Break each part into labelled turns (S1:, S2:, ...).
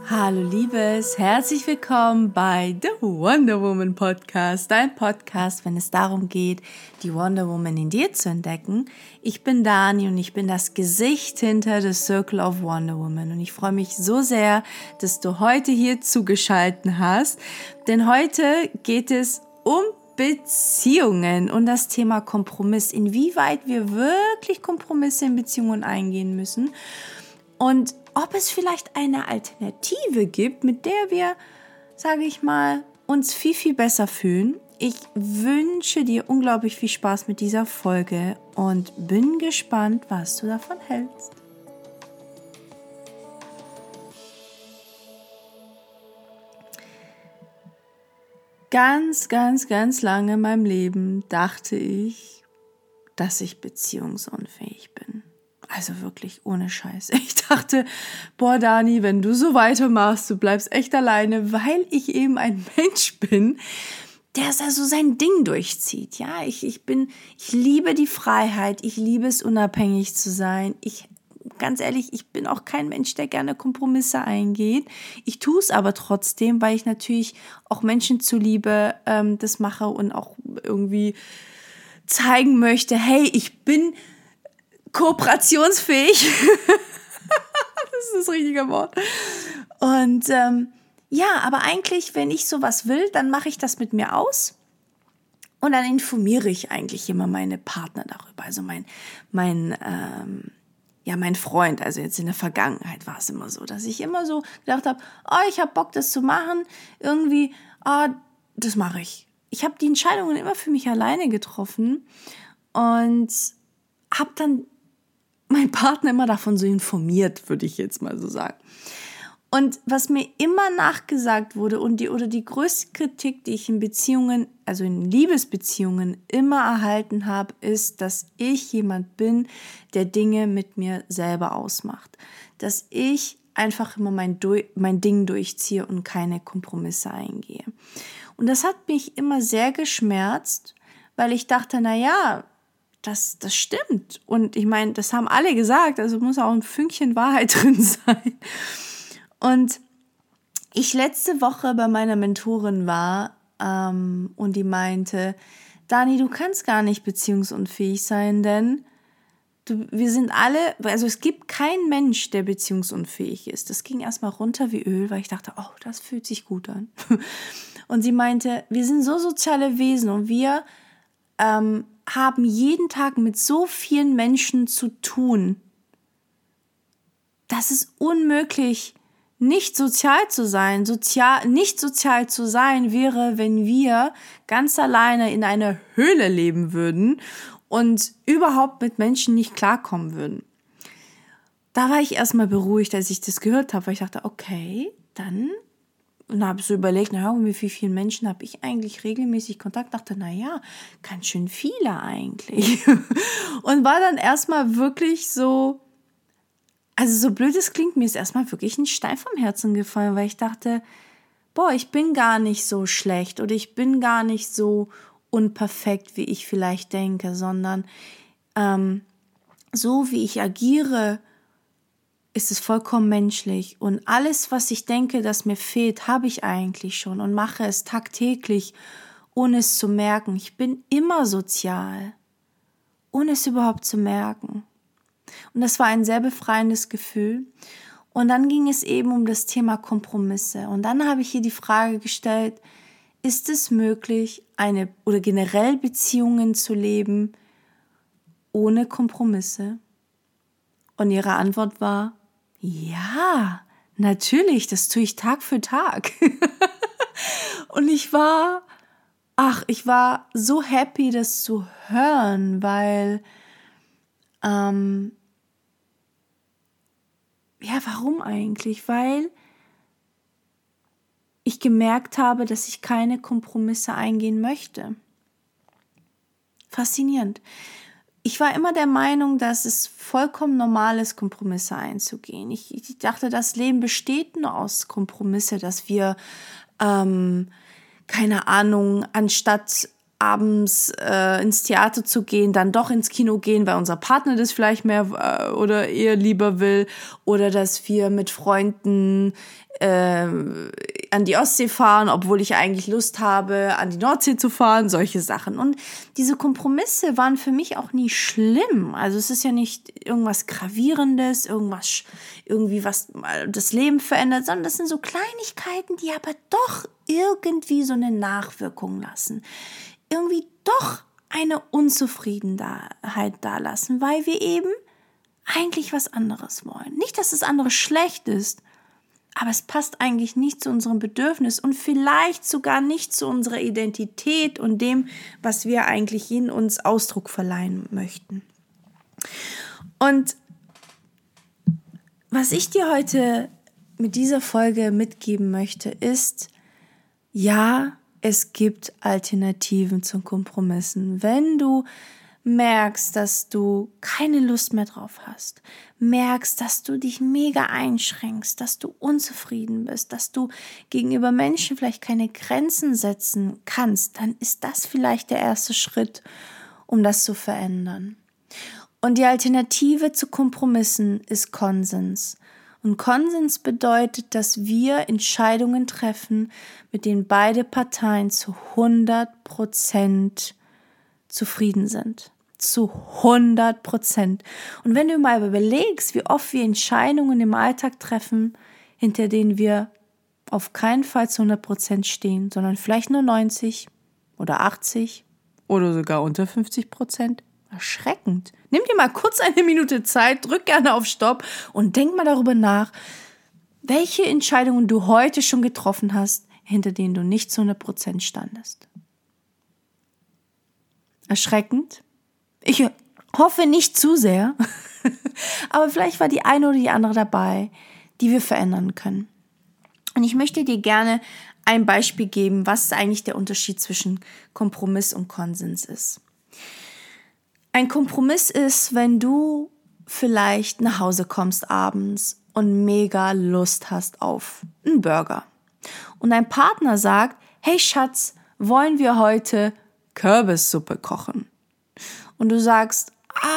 S1: Hallo Liebes, herzlich willkommen bei The Wonder Woman Podcast, dein Podcast, wenn es darum geht, die Wonder Woman in dir zu entdecken. Ich bin Dani und ich bin das Gesicht hinter The Circle of Wonder Woman und ich freue mich so sehr, dass du heute hier zugeschaltet hast, denn heute geht es um Beziehungen und das Thema Kompromiss, inwieweit wir wirklich Kompromisse in Beziehungen eingehen müssen und ob es vielleicht eine Alternative gibt, mit der wir, sage ich mal, uns viel, viel besser fühlen. Ich wünsche dir unglaublich viel Spaß mit dieser Folge und bin gespannt, was du davon hältst. Ganz lange in meinem Leben dachte ich, dass ich beziehungsunfähig bin. Also wirklich ohne Scheiß. Ich dachte, boah Dani, wenn du so weitermachst, du bleibst echt alleine, weil ich eben ein Mensch bin, der so sein Ding durchzieht. Ja, ich liebe die Freiheit, ich liebe es, unabhängig zu sein. Ganz ehrlich, ich bin auch kein Mensch, der gerne Kompromisse eingeht. Ich tue es aber trotzdem, weil ich natürlich auch Menschen zuliebe das mache und auch irgendwie zeigen möchte, hey, ich bin kooperationsfähig. Das ist das richtige Wort. Und aber eigentlich, wenn ich sowas will, dann mache ich das mit mir aus und dann informiere ich eigentlich immer meine Partner darüber. Also mein Freund, also jetzt in der Vergangenheit war es immer so, dass ich immer so gedacht habe, ich habe Bock, das zu machen. Irgendwie, das mache ich. Ich habe die Entscheidungen immer für mich alleine getroffen und habe dann mein Partner immer davon so informiert, würde ich jetzt mal so sagen. Und was mir immer nachgesagt wurde und die größte Kritik, die ich in Beziehungen, also in Liebesbeziehungen immer erhalten habe, ist, dass ich jemand bin, der Dinge mit mir selber ausmacht. Dass ich einfach immer mein Ding durchziehe und keine Kompromisse eingehe. Und das hat mich immer sehr geschmerzt, weil ich dachte, das stimmt. Und ich meine, das haben alle gesagt, also muss auch ein Fünkchen Wahrheit drin sein. Und ich letzte Woche bei meiner Mentorin war und die meinte, Dani, du kannst gar nicht beziehungsunfähig sein, denn wir sind alle, also es gibt keinen Mensch, der beziehungsunfähig ist. Das ging erstmal runter wie Öl, weil ich dachte, das fühlt sich gut an. Und sie meinte, wir sind so soziale Wesen und wir haben jeden Tag mit so vielen Menschen zu tun, dass es unmöglich, nicht sozial zu sein. Nicht sozial zu sein wäre, wenn wir ganz alleine in einer Höhle leben würden und überhaupt mit Menschen nicht klarkommen würden. Da war ich erstmal beruhigt, als ich das gehört habe, weil ich dachte, okay, dann... Und habe so überlegt, mit wie vielen Menschen habe ich eigentlich regelmäßig Kontakt? Dachte, ganz schön viele eigentlich. Und war dann erstmal wirklich so, also so blöd es klingt, mir ist erstmal wirklich ein Stein vom Herzen gefallen, weil ich dachte, ich bin gar nicht so schlecht oder ich bin gar nicht so unperfekt, wie ich vielleicht denke, sondern so wie ich agiere, ist es vollkommen menschlich und alles, was ich denke, das mir fehlt, habe ich eigentlich schon und mache es tagtäglich, ohne es zu merken. Ich bin immer sozial, ohne es überhaupt zu merken. Und das war ein sehr befreiendes Gefühl. Und dann ging es eben um das Thema Kompromisse. Und dann habe ich hier die Frage gestellt, ist es möglich, oder generell Beziehungen zu leben ohne Kompromisse? Und ihre Antwort war, ja, natürlich, das tue ich Tag für Tag. Und ich war so happy, das zu hören, weil, warum eigentlich? Weil ich gemerkt habe, dass ich keine Kompromisse eingehen möchte. Faszinierend. Ich war immer der Meinung, dass es vollkommen normal ist, Kompromisse einzugehen. Ich dachte, das Leben besteht nur aus Kompromisse, dass wir, keine Ahnung, anstatt abends ins Theater zu gehen, dann doch ins Kino gehen, weil unser Partner das vielleicht mehr oder eher lieber will, oder dass wir mit Freunden an die Ostsee fahren, obwohl ich eigentlich Lust habe, an die Nordsee zu fahren, solche Sachen. Und diese Kompromisse waren für mich auch nie schlimm. Also es ist ja nicht irgendwas Gravierendes, irgendwie was das Leben verändert, sondern das sind so Kleinigkeiten, die aber doch irgendwie so eine Nachwirkung lassen. Irgendwie doch eine Unzufriedenheit da lassen, weil wir eben eigentlich was anderes wollen. Nicht, dass das andere schlecht ist, aber es passt eigentlich nicht zu unserem Bedürfnis und vielleicht sogar nicht zu unserer Identität und dem, was wir eigentlich in uns Ausdruck verleihen möchten. Und was ich dir heute mit dieser Folge mitgeben möchte, ist, ja, es gibt Alternativen zu Kompromissen. Wenn du merkst, dass du keine Lust mehr drauf hast, merkst, dass du dich mega einschränkst, dass du unzufrieden bist, dass du gegenüber Menschen vielleicht keine Grenzen setzen kannst, dann ist das vielleicht der erste Schritt, um das zu verändern. Und die Alternative zu Kompromissen ist Konsens. Und Konsens bedeutet, dass wir Entscheidungen treffen, mit denen beide Parteien zu 100% zufrieden sind. Zu 100%. Und wenn du mal überlegst, wie oft wir Entscheidungen im Alltag treffen, hinter denen wir auf keinen Fall zu 100% stehen, sondern vielleicht nur 90 oder 80 oder sogar unter 50%. Erschreckend. Nimm dir mal kurz eine Minute Zeit, drück gerne auf Stopp und denk mal darüber nach, welche Entscheidungen du heute schon getroffen hast, hinter denen du nicht zu 100% standest. Erschreckend. Ich hoffe nicht zu sehr, aber vielleicht war die eine oder die andere dabei, die wir verändern können. Und ich möchte dir gerne ein Beispiel geben, was eigentlich der Unterschied zwischen Kompromiss und Konsens ist. Ein Kompromiss ist, wenn du vielleicht nach Hause kommst abends und mega Lust hast auf einen Burger. Und dein Partner sagt, hey Schatz, wollen wir heute Kürbissuppe kochen? Und du sagst,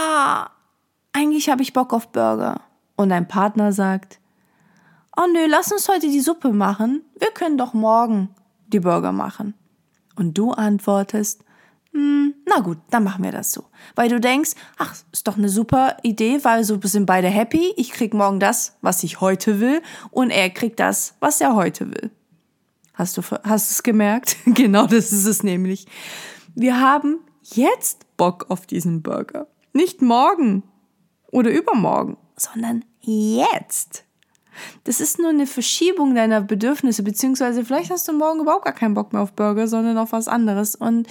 S1: eigentlich habe ich Bock auf Burger. Und dein Partner sagt, oh nö, lass uns heute die Suppe machen. Wir können doch morgen die Burger machen. Und du antwortest, na gut, dann machen wir das so. Weil du denkst, ist doch eine super Idee, weil so sind beide happy. Ich krieg morgen das, was ich heute will, und er kriegt das, was er heute will. Hast du es gemerkt? Genau, das ist es nämlich. Wir haben jetzt Bock auf diesen Burger. Nicht morgen oder übermorgen, sondern jetzt. Das ist nur eine Verschiebung deiner Bedürfnisse, beziehungsweise vielleicht hast du morgen überhaupt gar keinen Bock mehr auf Burger, sondern auf was anderes. Und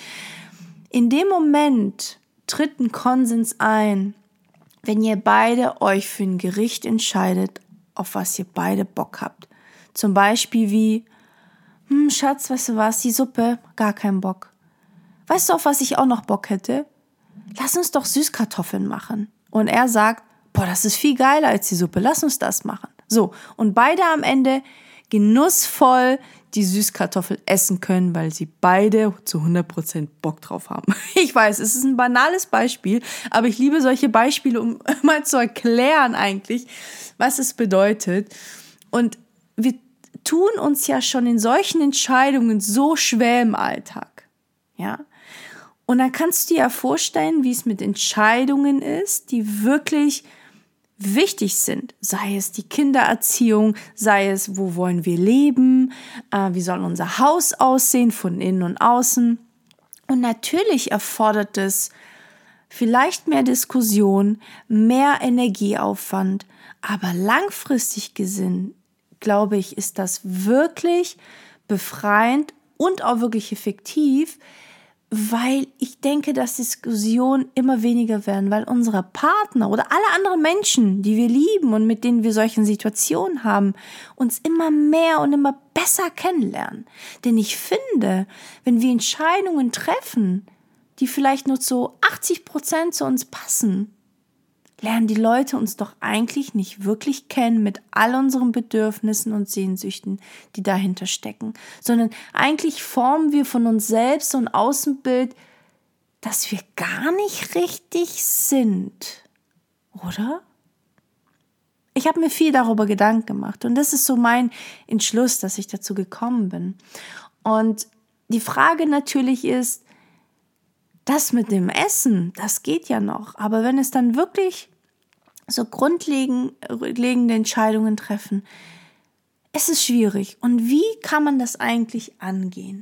S1: in dem Moment tritt ein Konsens ein, wenn ihr beide euch für ein Gericht entscheidet, auf was ihr beide Bock habt. Zum Beispiel wie, Schatz, weißt du was, die Suppe, gar keinen Bock. Weißt du, auf was ich auch noch Bock hätte? Lass uns doch Süßkartoffeln machen. Und er sagt, das ist viel geiler als die Suppe, lass uns das machen. So, und beide am Ende genussvoll die Süßkartoffel essen können, weil sie beide zu 100% Bock drauf haben. Ich weiß, es ist ein banales Beispiel, aber ich liebe solche Beispiele, um mal zu erklären eigentlich, was es bedeutet. Und wir tun uns ja schon in solchen Entscheidungen so schwer im Alltag. Ja? Und dann kannst du dir ja vorstellen, wie es mit Entscheidungen ist, die wirklich wichtig sind. Sei es die Kindererziehung, sei es, wo wollen wir leben, wie soll unser Haus aussehen, von innen und außen. Und natürlich erfordert es vielleicht mehr Diskussion, mehr Energieaufwand, aber langfristig gesehen, glaube ich, ist das wirklich befreiend und auch wirklich effektiv, weil ich denke, dass Diskussionen immer weniger werden, weil unsere Partner oder alle anderen Menschen, die wir lieben und mit denen wir solche Situationen haben, uns immer mehr und immer besser kennenlernen. Denn ich finde, wenn wir Entscheidungen treffen, die vielleicht nur zu 80% zu uns passen, lernen die Leute uns doch eigentlich nicht wirklich kennen mit all unseren Bedürfnissen und Sehnsüchten, die dahinter stecken, sondern eigentlich formen wir von uns selbst so ein Außenbild, dass wir gar nicht richtig sind, oder? Ich habe mir viel darüber Gedanken gemacht und das ist so mein Entschluss, dass ich dazu gekommen bin. Und die Frage natürlich ist, das mit dem Essen, das geht ja noch, aber wenn es dann wirklich so grundlegende Entscheidungen treffen, es ist schwierig. Und wie kann man das eigentlich angehen?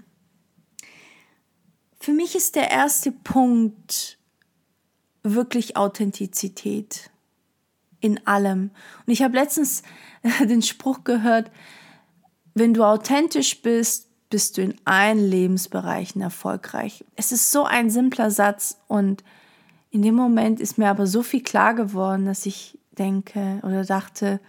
S1: Für mich ist der erste Punkt wirklich Authentizität in allem. Und ich habe letztens den Spruch gehört, wenn du authentisch bist, bist du in allen Lebensbereichen erfolgreich. Es ist so ein simpler Satz und in dem Moment ist mir aber so viel klar geworden, dass ich dachte,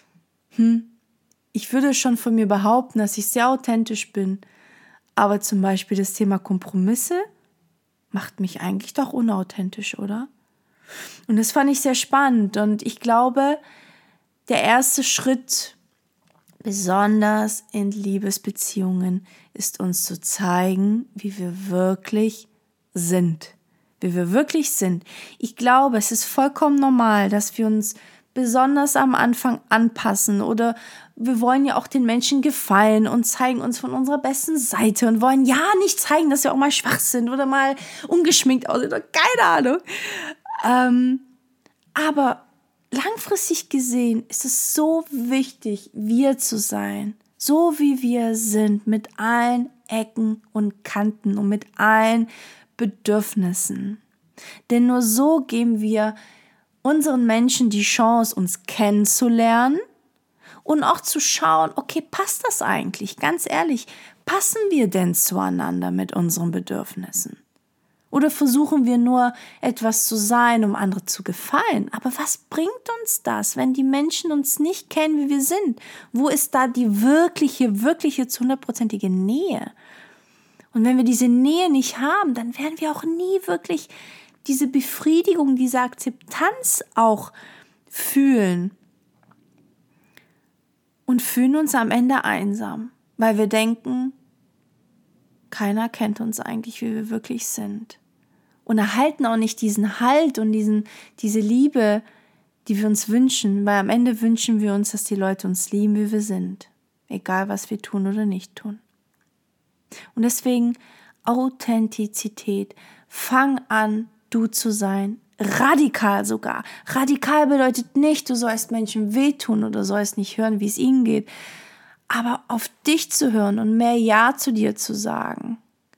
S1: ich würde schon von mir behaupten, dass ich sehr authentisch bin, aber zum Beispiel das Thema Kompromisse macht mich eigentlich doch unauthentisch, oder? Und das fand ich sehr spannend und ich glaube, der erste Schritt, besonders in Liebesbeziehungen, ist uns zu zeigen, wie wir wirklich sind. Wie wir wirklich sind. Ich glaube, es ist vollkommen normal, dass wir uns besonders am Anfang anpassen oder wir wollen ja auch den Menschen gefallen und zeigen uns von unserer besten Seite und wollen ja nicht zeigen, dass wir auch mal schwach sind oder mal ungeschminkt aussehen oder keine Ahnung. Aber langfristig gesehen ist es so wichtig, wir zu sein, so wie wir sind, mit allen Ecken und Kanten und mit allen Bedürfnissen. Denn nur so geben wir unseren Menschen die Chance, uns kennenzulernen und auch zu schauen, okay, passt das eigentlich? Ganz ehrlich, passen wir denn zueinander mit unseren Bedürfnissen? Oder versuchen wir nur etwas zu sein, um andere zu gefallen? Aber was bringt uns das, wenn die Menschen uns nicht kennen, wie wir sind? Wo ist da die wirkliche zu 100%ige Nähe? Und wenn wir diese Nähe nicht haben, dann werden wir auch nie wirklich diese Befriedigung, diese Akzeptanz auch fühlen. Und fühlen uns am Ende einsam, weil wir denken, keiner kennt uns eigentlich, wie wir wirklich sind. Und erhalten auch nicht diesen Halt und diese Liebe, die wir uns wünschen, weil am Ende wünschen wir uns, dass die Leute uns lieben, wie wir sind, egal was wir tun oder nicht tun. Und deswegen Authentizität. Fang an, du zu sein. Radikal sogar. Radikal bedeutet nicht, du sollst Menschen wehtun oder sollst nicht hören, wie es ihnen geht, aber auf dich zu hören und mehr Ja zu dir zu sagen.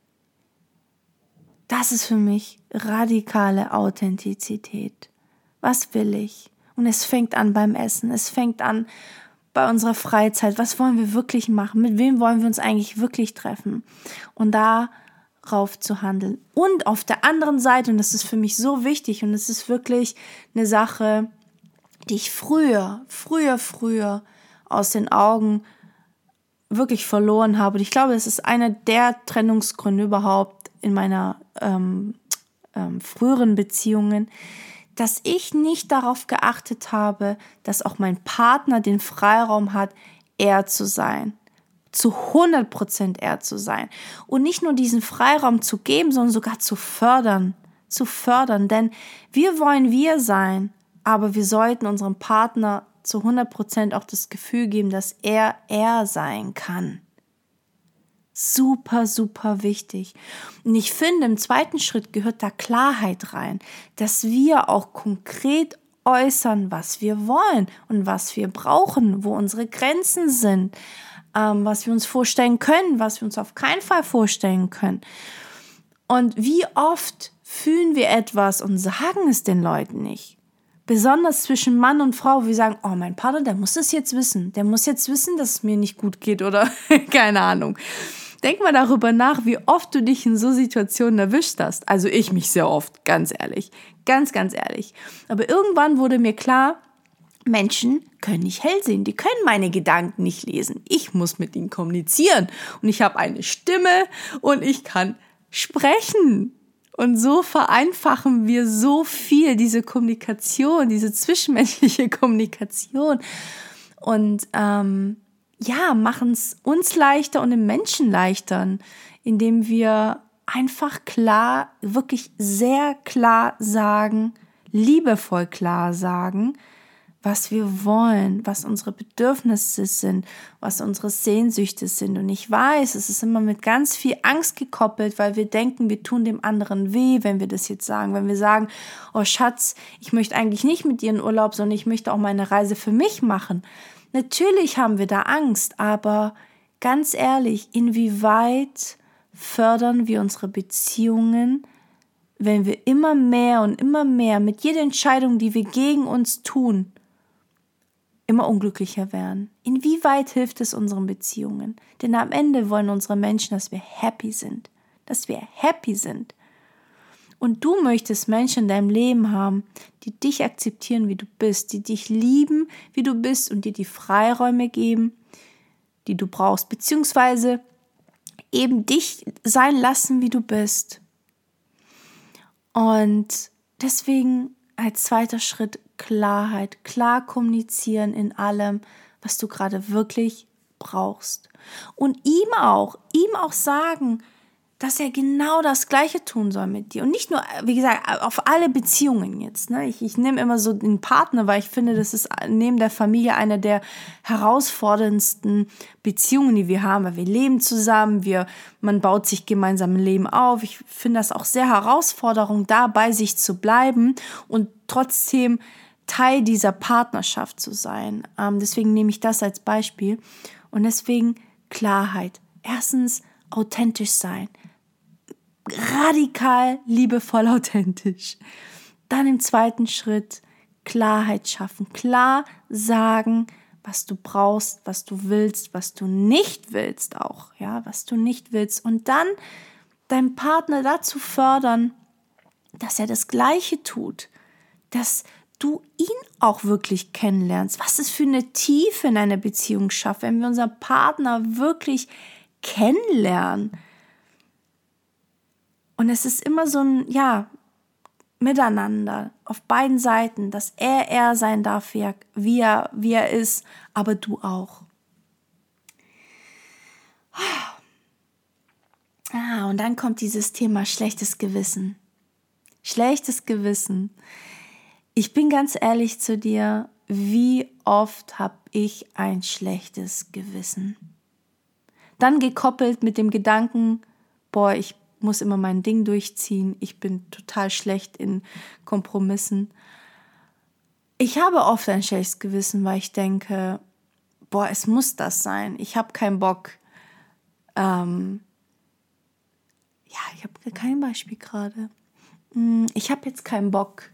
S1: Das ist für mich radikale Authentizität. Was will ich? Und es fängt an beim Essen. Es fängt an bei unserer Freizeit. Was wollen wir wirklich machen? Mit wem wollen wir uns eigentlich wirklich treffen? Und darauf zu handeln. Und auf der anderen Seite, und das ist für mich so wichtig, und es ist wirklich eine Sache, die ich früher aus den Augen wirklich verloren habe. Und ich glaube, es ist einer der Trennungsgründe überhaupt in meiner früheren Beziehungen, dass ich nicht darauf geachtet habe, dass auch mein Partner den Freiraum hat, er zu sein. Zu 100% er zu sein. Und nicht nur diesen Freiraum zu geben, sondern sogar zu fördern. Denn wir wollen wir sein, aber wir sollten unserem Partner zu 100% auch das Gefühl geben, dass er sein kann. Super, super wichtig. Und ich finde, im zweiten Schritt gehört da Klarheit rein, dass wir auch konkret äußern, was wir wollen und was wir brauchen, wo unsere Grenzen sind, was wir uns vorstellen können, was wir uns auf keinen Fall vorstellen können. Und wie oft fühlen wir etwas und sagen es den Leuten nicht? Besonders zwischen Mann und Frau, wo wir sagen, oh, mein Partner, der muss es jetzt wissen. Der muss jetzt wissen, dass es mir nicht gut geht oder keine Ahnung. Denk mal darüber nach, wie oft du dich in so Situationen erwischt hast. Also ich mich sehr oft, ganz ehrlich. Ganz, ganz ehrlich. Aber irgendwann wurde mir klar, Menschen können nicht hell sehen. Die können meine Gedanken nicht lesen. Ich muss mit ihnen kommunizieren. Und ich habe eine Stimme und ich kann sprechen. Und so vereinfachen wir so viel diese Kommunikation, diese zwischenmenschliche Kommunikation und machen es uns leichter und den Menschen leichter, indem wir einfach klar, wirklich sehr klar sagen, liebevoll klar sagen, was wir wollen, was unsere Bedürfnisse sind, was unsere Sehnsüchte sind. Und ich weiß, es ist immer mit ganz viel Angst gekoppelt, weil wir denken, wir tun dem anderen weh, wenn wir das jetzt sagen. Wenn wir sagen, oh Schatz, ich möchte eigentlich nicht mit dir in Urlaub, sondern ich möchte auch meine Reise für mich machen. Natürlich haben wir da Angst, aber ganz ehrlich, inwieweit fördern wir unsere Beziehungen, wenn wir immer mehr und immer mehr mit jeder Entscheidung, die wir gegen uns tun, immer unglücklicher werden? Inwieweit hilft es unseren Beziehungen? Denn am Ende wollen unsere Menschen, dass wir happy sind. Dass wir happy sind. Und du möchtest Menschen in deinem Leben haben, die dich akzeptieren, wie du bist, die dich lieben, wie du bist und dir die Freiräume geben, die du brauchst, beziehungsweise eben dich sein lassen, wie du bist. Und deswegen als zweiter Schritt Klarheit, klar kommunizieren in allem, was du gerade wirklich brauchst. Und ihm auch sagen, dass er genau das Gleiche tun soll mit dir. Und nicht nur, wie gesagt, auf alle Beziehungen jetzt. Ne? Ich nehme immer so den Partner, weil ich finde, das ist neben der Familie eine der herausforderndsten Beziehungen, die wir haben. Weil wir leben zusammen, man baut sich gemeinsam ein Leben auf. Ich finde das auch sehr Herausforderung, da bei sich zu bleiben und trotzdem Teil dieser Partnerschaft zu sein. Deswegen nehme ich das als Beispiel. Und deswegen Klarheit. Erstens, authentisch sein. Radikal, liebevoll, authentisch. Dann im zweiten Schritt Klarheit schaffen. Klar sagen, was du brauchst, was du willst, was du nicht willst auch. Ja, was du nicht willst. Und dann deinen Partner dazu fördern, dass er das Gleiche tut. Dass du ihn auch wirklich kennenlernst. Was es für eine Tiefe in einer Beziehung schafft, wenn wir unseren Partner wirklich kennenlernen. Und es ist immer so ein, Miteinander auf beiden Seiten, dass er sein darf, wie er ist, aber du auch. Und dann kommt dieses Thema schlechtes Gewissen. Schlechtes Gewissen. Ich bin ganz ehrlich zu dir, wie oft habe ich ein schlechtes Gewissen? Dann gekoppelt mit dem Gedanken, ich muss immer mein Ding durchziehen, ich bin total schlecht in Kompromissen. Ich habe oft ein schlechtes Gewissen, weil ich denke, es muss das sein, ich habe keinen Bock. Ich habe kein Beispiel gerade. Ich habe jetzt keinen Bock,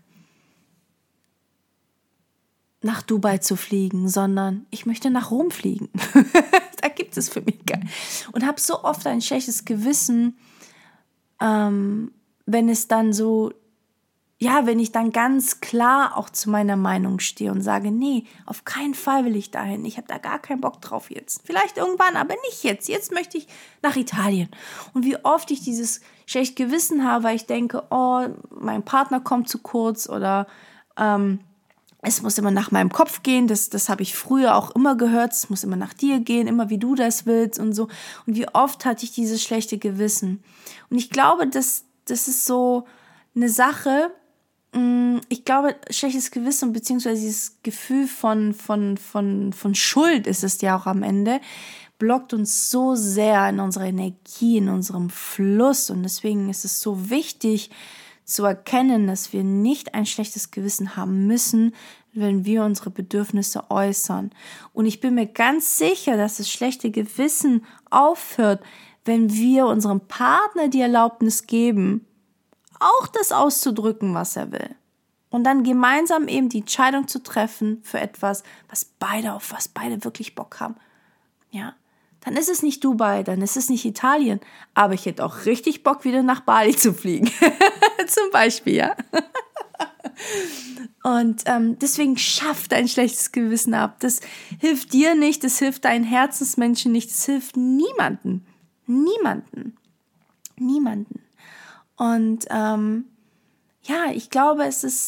S1: nach Dubai zu fliegen, sondern ich möchte nach Rom fliegen. Da gibt es für mich gar nicht. Und habe so oft ein schlechtes Gewissen, wenn es dann so, wenn ich dann ganz klar auch zu meiner Meinung stehe und sage, nee, auf keinen Fall will ich dahin. Ich habe da gar keinen Bock drauf jetzt. Vielleicht irgendwann, aber nicht jetzt. Jetzt möchte ich nach Italien. Und wie oft ich dieses schlechte Gewissen habe, weil ich denke, mein Partner kommt zu kurz oder es muss immer nach meinem Kopf gehen, das habe ich früher auch immer gehört, es muss immer nach dir gehen, immer wie du das willst und so. Und wie oft hatte ich dieses schlechte Gewissen. Und ich glaube, das ist so eine Sache, ich glaube, schlechtes Gewissen beziehungsweise dieses Gefühl von Schuld ist es ja auch am Ende, blockt uns so sehr in unserer Energie, in unserem Fluss. Und deswegen ist es so wichtig, zu erkennen, dass wir nicht ein schlechtes Gewissen haben müssen, wenn wir unsere Bedürfnisse äußern. Und ich bin mir ganz sicher, dass das schlechte Gewissen aufhört, wenn wir unserem Partner die Erlaubnis geben, auch das auszudrücken, was er will. Und dann gemeinsam eben die Entscheidung zu treffen für etwas, auf was beide wirklich Bock haben. Ja. Dann ist es nicht Dubai, dann ist es nicht Italien. Aber ich hätte auch richtig Bock, wieder nach Bali zu fliegen. Zum Beispiel, ja. Und deswegen schaff dein schlechtes Gewissen ab. Das hilft dir nicht, das hilft deinen Herzensmenschen nicht, das hilft niemanden. Und ich glaube,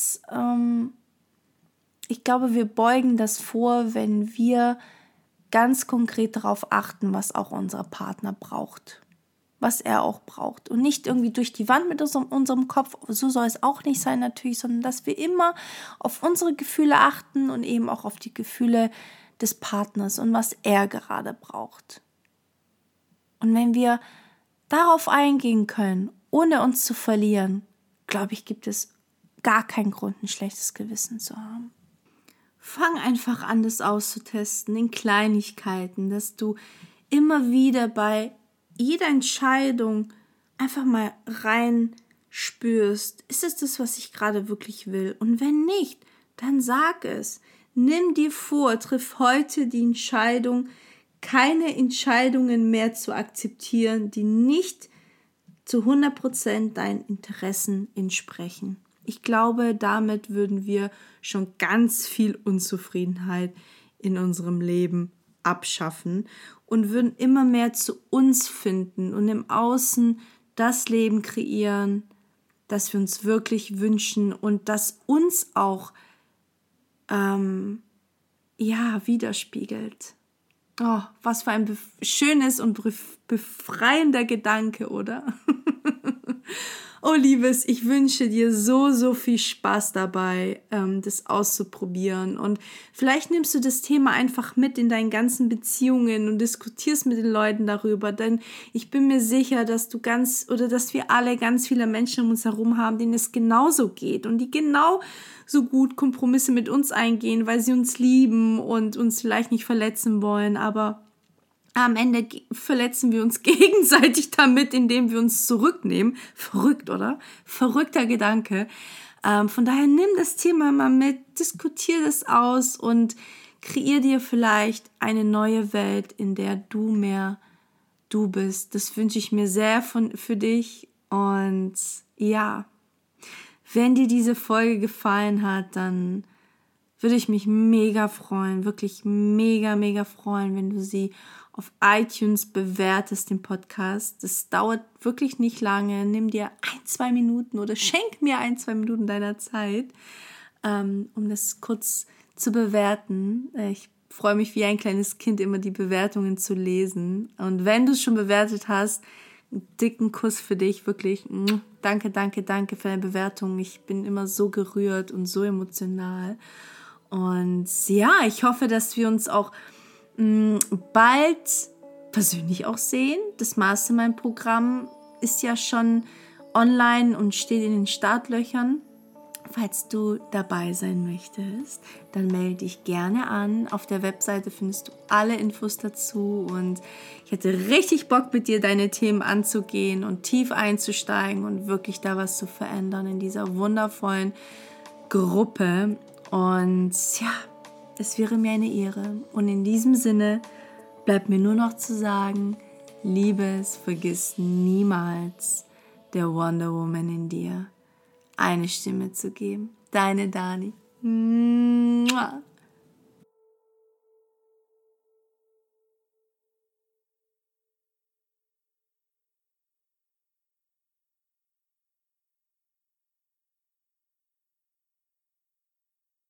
S1: wir beugen das vor, wenn wir ganz konkret darauf achten, was auch unser Partner braucht, was er auch braucht. Und nicht irgendwie durch die Wand mit unserem Kopf, so soll es auch nicht sein natürlich, sondern dass wir immer auf unsere Gefühle achten und eben auch auf die Gefühle des Partners und was er gerade braucht. Und wenn wir darauf eingehen können, ohne uns zu verlieren, glaube ich, gibt es gar keinen Grund, ein schlechtes Gewissen zu haben. Fang einfach an, das auszutesten in Kleinigkeiten, dass du immer wieder bei jeder Entscheidung einfach mal rein spürst, ist es das, was ich gerade wirklich will? Und wenn nicht, dann sag es. Nimm dir vor, triff heute die Entscheidung, keine Entscheidungen mehr zu akzeptieren, die nicht zu 100% deinen Interessen entsprechen. Ich glaube, damit würden wir schon ganz viel Unzufriedenheit in unserem Leben abschaffen und würden immer mehr zu uns finden und im Außen das Leben kreieren, das wir uns wirklich wünschen und das uns auch widerspiegelt. Oh, was für ein schönes und befreiender Gedanke, oder? Oh, Liebes, ich wünsche dir so viel Spaß dabei, das auszuprobieren. Und vielleicht nimmst du das Thema einfach mit in deinen ganzen Beziehungen und diskutierst mit den Leuten darüber. Denn ich bin mir sicher, dass wir alle ganz viele Menschen um uns herum haben, denen es genauso geht und die genau so gut Kompromisse mit uns eingehen, weil sie uns lieben und uns vielleicht nicht verletzen wollen, aber am Ende verletzen wir uns gegenseitig damit, indem wir uns zurücknehmen. Verrückt, oder? Verrückter Gedanke. Von daher nimm das Thema mal mit, diskutier das aus und kreier dir vielleicht eine neue Welt, in der du mehr du bist. Das wünsche ich mir sehr für dich. Und ja, wenn dir diese Folge gefallen hat, dann würde ich mich mega freuen, wirklich mega freuen, wenn du sie auf iTunes bewertest, den Podcast. Das dauert wirklich nicht lange. Nimm dir 1-2 Minuten oder schenk mir 1-2 Minuten deiner Zeit, um das kurz zu bewerten. Ich freue mich wie ein kleines Kind, immer die Bewertungen zu lesen. Und wenn du es schon bewertet hast, einen dicken Kuss für dich, wirklich. Danke für deine Bewertung. Ich bin immer so gerührt und so emotional. Und ja, ich hoffe, dass wir uns auch bald persönlich auch sehen. Das Mastermind-Programm ist ja schon online und steht in den Startlöchern. Falls du dabei sein möchtest, dann melde dich gerne an. Auf der Webseite findest du alle Infos dazu und ich hätte richtig Bock, mit dir deine Themen anzugehen und tief einzusteigen und wirklich da was zu verändern in dieser wundervollen Gruppe. Und ja, es wäre mir eine Ehre. Und in diesem Sinne bleibt mir nur noch zu sagen, Liebes, vergiss niemals der Wonder Woman in dir eine Stimme zu geben. Deine Dani. Mua.